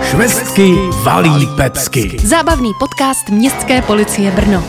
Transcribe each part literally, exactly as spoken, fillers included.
Švestky valí pecky. Zábavný podcast Městské policie Brno.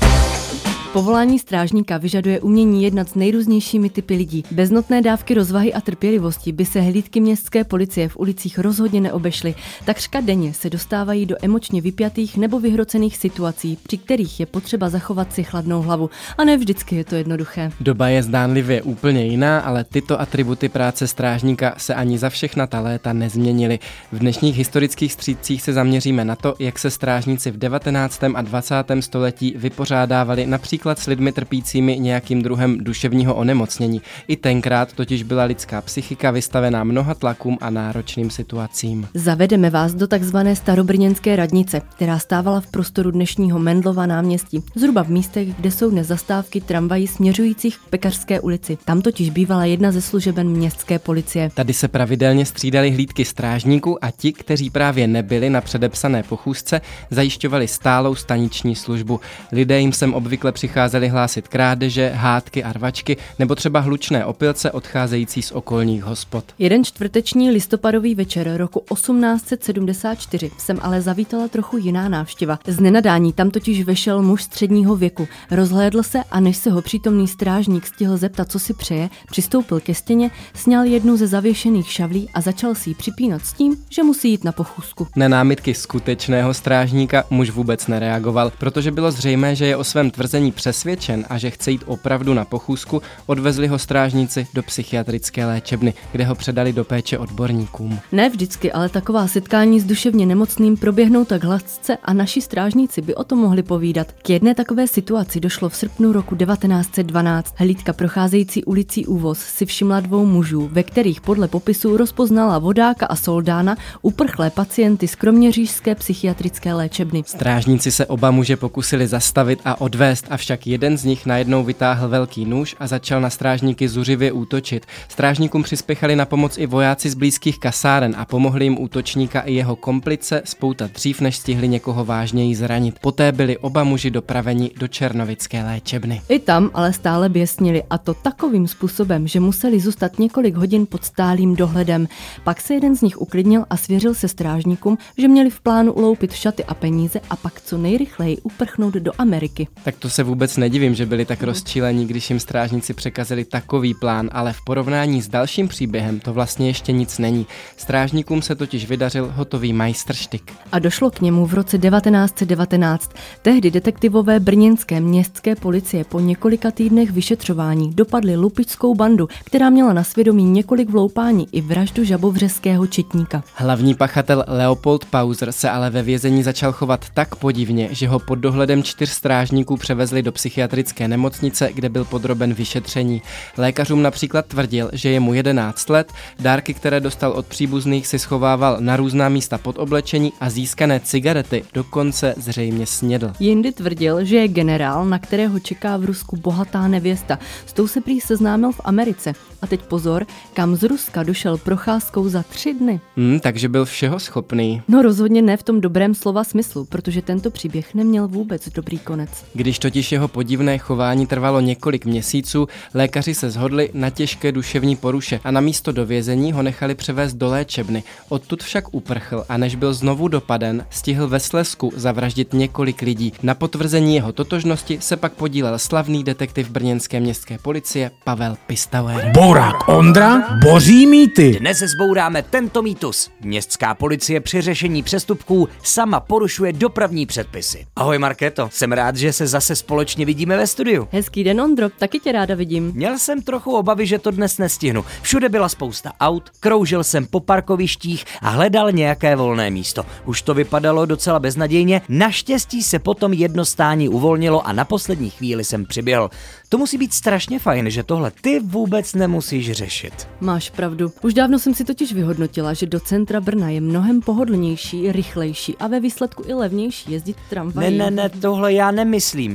Povolání strážníka vyžaduje umění jednat s nejrůznějšími typy lidí. Bez notné dávky rozvahy a trpělivosti by se hlídky městské policie v ulicích rozhodně neobešly. Takřka denně se dostávají do emočně vypjatých nebo vyhrocených situací, při kterých je potřeba zachovat si chladnou hlavu. A ne vždycky je to jednoduché. Doba je zdánlivě úplně jiná, ale tyto atributy práce strážníka se ani za všechna ta léta nezměnily. V dnešních historických střídcích se zaměříme na to, jak se strážníci v devatenáctém a dvacátém století vypořádávali například s lidmi trpícími nějakým druhem duševního onemocnění. I tenkrát totiž byla lidská psychika vystavená mnoha tlakům a náročným situacím. Zavedeme vás do takzvané starobrněnské radnice, která stávala v prostoru dnešního Mendlova náměstí, zhruba v místech, kde jsou dnes zastávky tramvají směřujících k Pekařské ulici. Tam totiž bývala jedna ze služeben městské policie. Tady se pravidelně střídali hlídky strážníků a ti, kteří právě nebyli na předepsané pochůzce, zajišťovali stálou staniční službu. Lidé jim sem obvykle přicházeli hlásit krádeže, hádky a rvačky nebo třeba hlučné opilce odcházející z okolních hospod. Jeden čtvrteční listopadový večer roku osmnáct set sedmdesát čtyři sem ale zavítala trochu jiná návštěva. Z nenadání tam totiž vešel muž středního věku. Rozhlédl se a než se ho přítomný strážník stihl zeptat, co si přeje, přistoupil ke stěně, sňal jednu ze zavěšených šavlí a začal si ji připínat s tím, že musí jít na pochůzku. Na námitky skutečného strážníka muž vůbec nereagoval, protože bylo zřejmé, že je o svém tvrzení přesvědčen a že chce jít opravdu na pochůzku. Odvezli ho strážníci do psychiatrické léčebny, kde ho předali do péče odborníkům. Ne vždycky, ale taková setkání s duševně nemocným proběhnou tak hladce a naši strážníci by o tom mohli povídat. K jedné takové situaci došlo v srpnu roku devatenáct set dvanáct. Hlídka procházející ulicí Úvoz si všimla dvou mužů, ve kterých podle popisů rozpoznala vodáka a soldána, uprchlé pacienty z kroměřížské psychiatrické léčebny. Strážníci se oba muže pokusili zastavit a odvést, avšak jeden z nich najednou vytáhl velký nůž a začal na strážníky zuřivě útočit. Strážníkům přispěchali na pomoc i vojáci z blízkých kasáren a pomohli jim útočníka i jeho komplice spoutat dřív, než stihli někoho vážněji zranit. Poté byli oba muži dopraveni do černovické léčebny. I tam ale stále běsnili, a to takovým způsobem, že museli zůstat několik hodin pod stálým dohledem. Pak se jeden z nich uklidnil a svěřil se strážníkům, že měli v plánu uloupit šaty a peníze a pak co nejrychleji uprchnout do Ameriky. Tak to se vůbec nedivím, že byli tak rozčílení, když jim strážníci překazili takový plán, ale v porovnání s dalším příběhem to vlastně ještě nic není. Strážníkům se totiž vydařil hotový majstrštyk. A došlo k němu v roce devatenáct set devatenáct. Tehdy detektivové brněnské městské policie po několika týdnech vyšetřování dopadli lupičskou bandu, která měla na svědomí několik vloupání i vraždu žabovřeského četníka. Hlavní pachatel Leopold Pauser se ale ve vězení začal chovat tak podivně, že ho pod dohledem čtyř strážníků převezli do psychiatrické nemocnice, kde byl podroben vyšetření. Lékařům například tvrdil, že je mu jedenáct let, dárky, které dostal od příbuzných, si schovával na různá místa pod oblečení a získané cigarety dokonce zřejmě snědl. Jindy tvrdil, že je generál, na kterého čeká v Rusku bohatá nevěsta. S tou se prý seznámil v Americe. A teď pozor, kam z Ruska došel procházkou za tři dny. Hmm, takže byl všeho schopný. No rozhodně ne v tom dobrém slova smyslu, protože tento příběh neměl vůbec dobrý konec. Když totiž jeho podivné chování trvalo několik měsíců, lékaři se shodli na těžké duševní poruše a na místo do vězení ho nechali převést do léčebny. Odtud však uprchl a než byl znovu dopaden, stihl ve Slezsku zavraždit několik lidí. Na potvrzení jeho totožnosti se pak podílel slavný detektiv brněnské městské policie Pavel Pistauer. Bourák Ondra boří mýty. Dnes zbouráme tento mýtus. Městská policie při řešení přestupků sama porušuje dopravní předpisy. Ahoj Markéto, jsem rád, že se zase společně vidíme ve studiu. Hezký den, Ondro, taky tě ráda vidím. Měl jsem trochu obavy, že to dnes nestihnu. Všude byla spousta aut, kroužil jsem po parkovištích a hledal nějaké volné místo. Už to vypadalo docela beznadějně, naštěstí se potom jedno stání uvolnilo a na poslední chvíli jsem přiběhl. To musí být strašně fajn, že tohle ty vůbec nemusíš řešit. Máš pravdu. Už dávno jsem si totiž vyhodnotila, že do centra Brna je mnohem pohodlnější, rychlejší a ve výsledku i levnější jezdit tramvají. Ne, ne, ne, tohle já nemyslím. Jde mi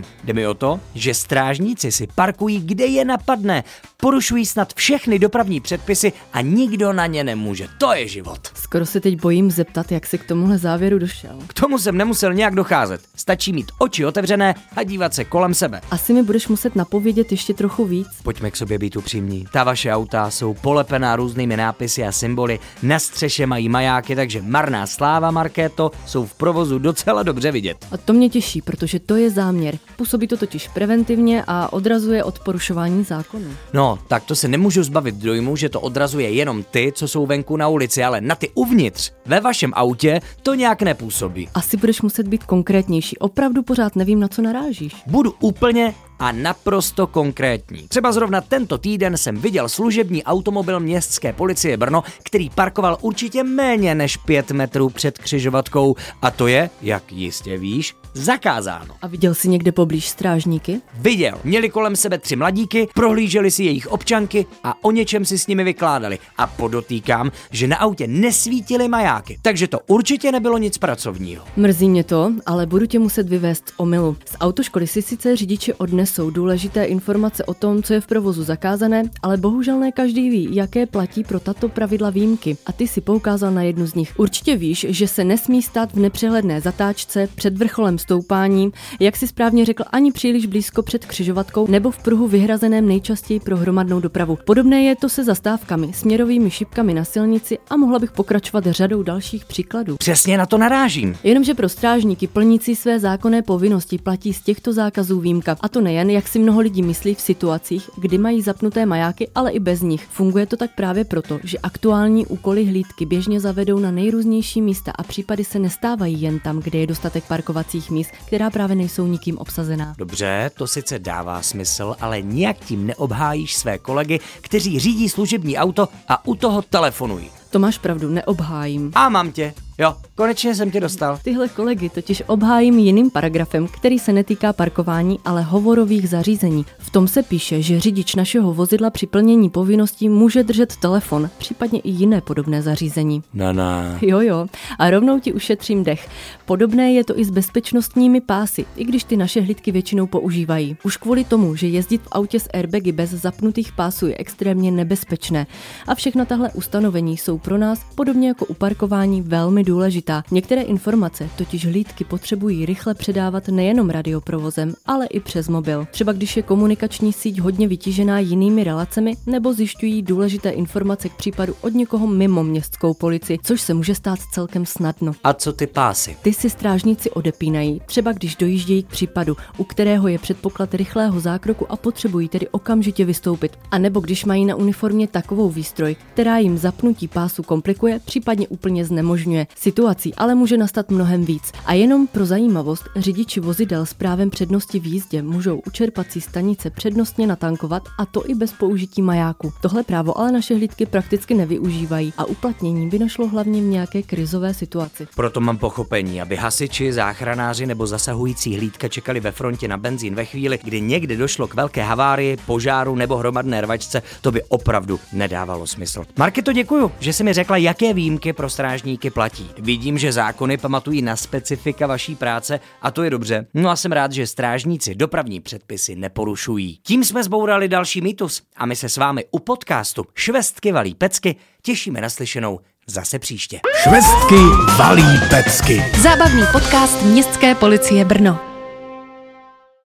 mi o to, že strážníci si parkují, kde je napadne. Porušují snad všechny dopravní předpisy a nikdo na ně nemůže. To je život. Skoro se teď bojím zeptat, jak jsi k tomuhle závěru došel. K tomu jsem nemusel nějak docházet. Stačí mít oči otevřené a dívat se kolem sebe. Asi mi budeš muset napovědět ještě trochu víc. Pojďme k sobě být upřímní. Ta vaše auta jsou polepená různými nápisy a symboly. Na střeše mají majáky, takže marná sláva, Markéto, jsou v provozu docela dobře vidět. A to mě těší, protože to je záměr. Působí to totiž preventivně a odrazuje od porušování zákonů. No, tak to se nemůžu zbavit dojmu, že to odrazuje jenom ty, co jsou venku na ulici, ale na ty uvnitř, ve vašem autě, to nějak nepůsobí. Asi budeš muset být konkrétnější. Opravdu pořád nevím, na co narážíš. Budu úplně a naprosto konkrétní. Třeba zrovna tento týden jsem viděl služební automobil městské policie Brno, který parkoval určitě méně než pět metrů před křižovatkou a to je, jak jistě víš, zakázáno. A viděl jsi někde poblíž strážníky? Viděl. Měli kolem sebe tři mladíky, prohlíželi si jejich občanky a o něčem si s nimi vykládali. A podotýkám, že na autě nesvítily majáky, takže to určitě nebylo nic pracovního. Mrzí mě to, ale budu tě muset vyvést z omylu. Z autoškoly si sice řidiči odnesou důležité informace o tom, co je v provozu zakázané, ale bohužel ne každý ví, jaké platí pro tato pravidla výjimky. A ty si poukázal na jednu z nich. Určitě víš, že se nesmí stát v nepřehledné zatáčce před vrcholem stoupání, jak si správně řekl, ani příliš blízko před křižovatkou nebo v pruhu vyhrazeném nejčastěji pro hromadnou dopravu. Podobné je to se zastávkami, směrovými šipkami na silnici a mohla bych pokračovat řadou dalších příkladů. Přesně na to narážím. Jenomže pro strážníky plnící své zákonné povinnosti platí z těchto zákazů výjimka. A to nejen, jak si mnoho lidí myslí v situacích, kdy mají zapnuté majáky, ale i bez nich. Funguje to tak právě proto, že aktuální úkoly hlídky běžně zavedou na nejrůznější místa a případy se nestávají jen tam, kde je dostatek parkovacích míst, která právě nejsou nikým obsazená. Dobře, to sice dává smysl, ale nijak tím neobhájíš své kolegy, kteří řídí služební auto a u toho telefonují. To máš pravdu, neobhájím. A mám tě. Jo, konečně jsem tě dostal. Tyhle kolegy totiž obhájím jiným paragrafem, který se netýká parkování, ale hovorových zařízení. V tom se píše, že řidič našeho vozidla při plnění povinností může držet telefon, případně i jiné podobné zařízení. Na na. Jo, jo. A rovnou ti ušetřím dech. Podobné je to i s bezpečnostními pásy, i když ty naše hlídky většinou používají. Už kvůli tomu, že jezdit v autě s airbagy bez zapnutých pásů je extrémně nebezpečné. A všechna tahle ustanovení jsou pro nás, podobně jako u parkování, velmi důležitá. Některé informace totiž hlídky potřebují rychle předávat nejenom radioprovozem, ale i přes mobil. Třeba když je komunikační síť hodně vytížená jinými relacemi, nebo zjišťují důležité informace k případu od někoho mimo městskou policii, což se může stát celkem snadno. A co ty pásy? Ty si strážníci odepínají, třeba když dojíždějí k případu, u kterého je předpoklad rychlého zákroku a potřebují tedy okamžitě vystoupit. A nebo když mají na uniformě takovou výstroj, která jim zapnutí pásu komplikuje, případně úplně znemožňuje. Situací ale může nastat mnohem víc. A jenom pro zajímavost, řidiči vozidel s právem přednosti v jízdě můžou u čerpací stanice přednostně natankovat, a to i bez použití majáku. Tohle právo ale naše hlídky prakticky nevyužívají a uplatnění by našlo hlavně v nějaké krizové situaci. Proto mám pochopení, aby hasiči, záchranáři nebo zasahující hlídka čekali ve frontě na benzín ve chvíli, kdy někde došlo k velké havárii, požáru nebo hromadné rvačce, to by opravdu nedávalo smysl. Markéto, děkuju, že jsi mi řekla, jaké výjimky pro strážníky platí. Vidím, že zákony pamatují na specifika vaší práce a to je dobře. No a jsem rád, že strážníci dopravní předpisy neporušují. Tím jsme zbourali další mýtus a my se s vámi u podcastu Švestky valí pecky těšíme na slyšenou zase příště. Švestky valí pecky. Zábavný podcast Městské policie Brno.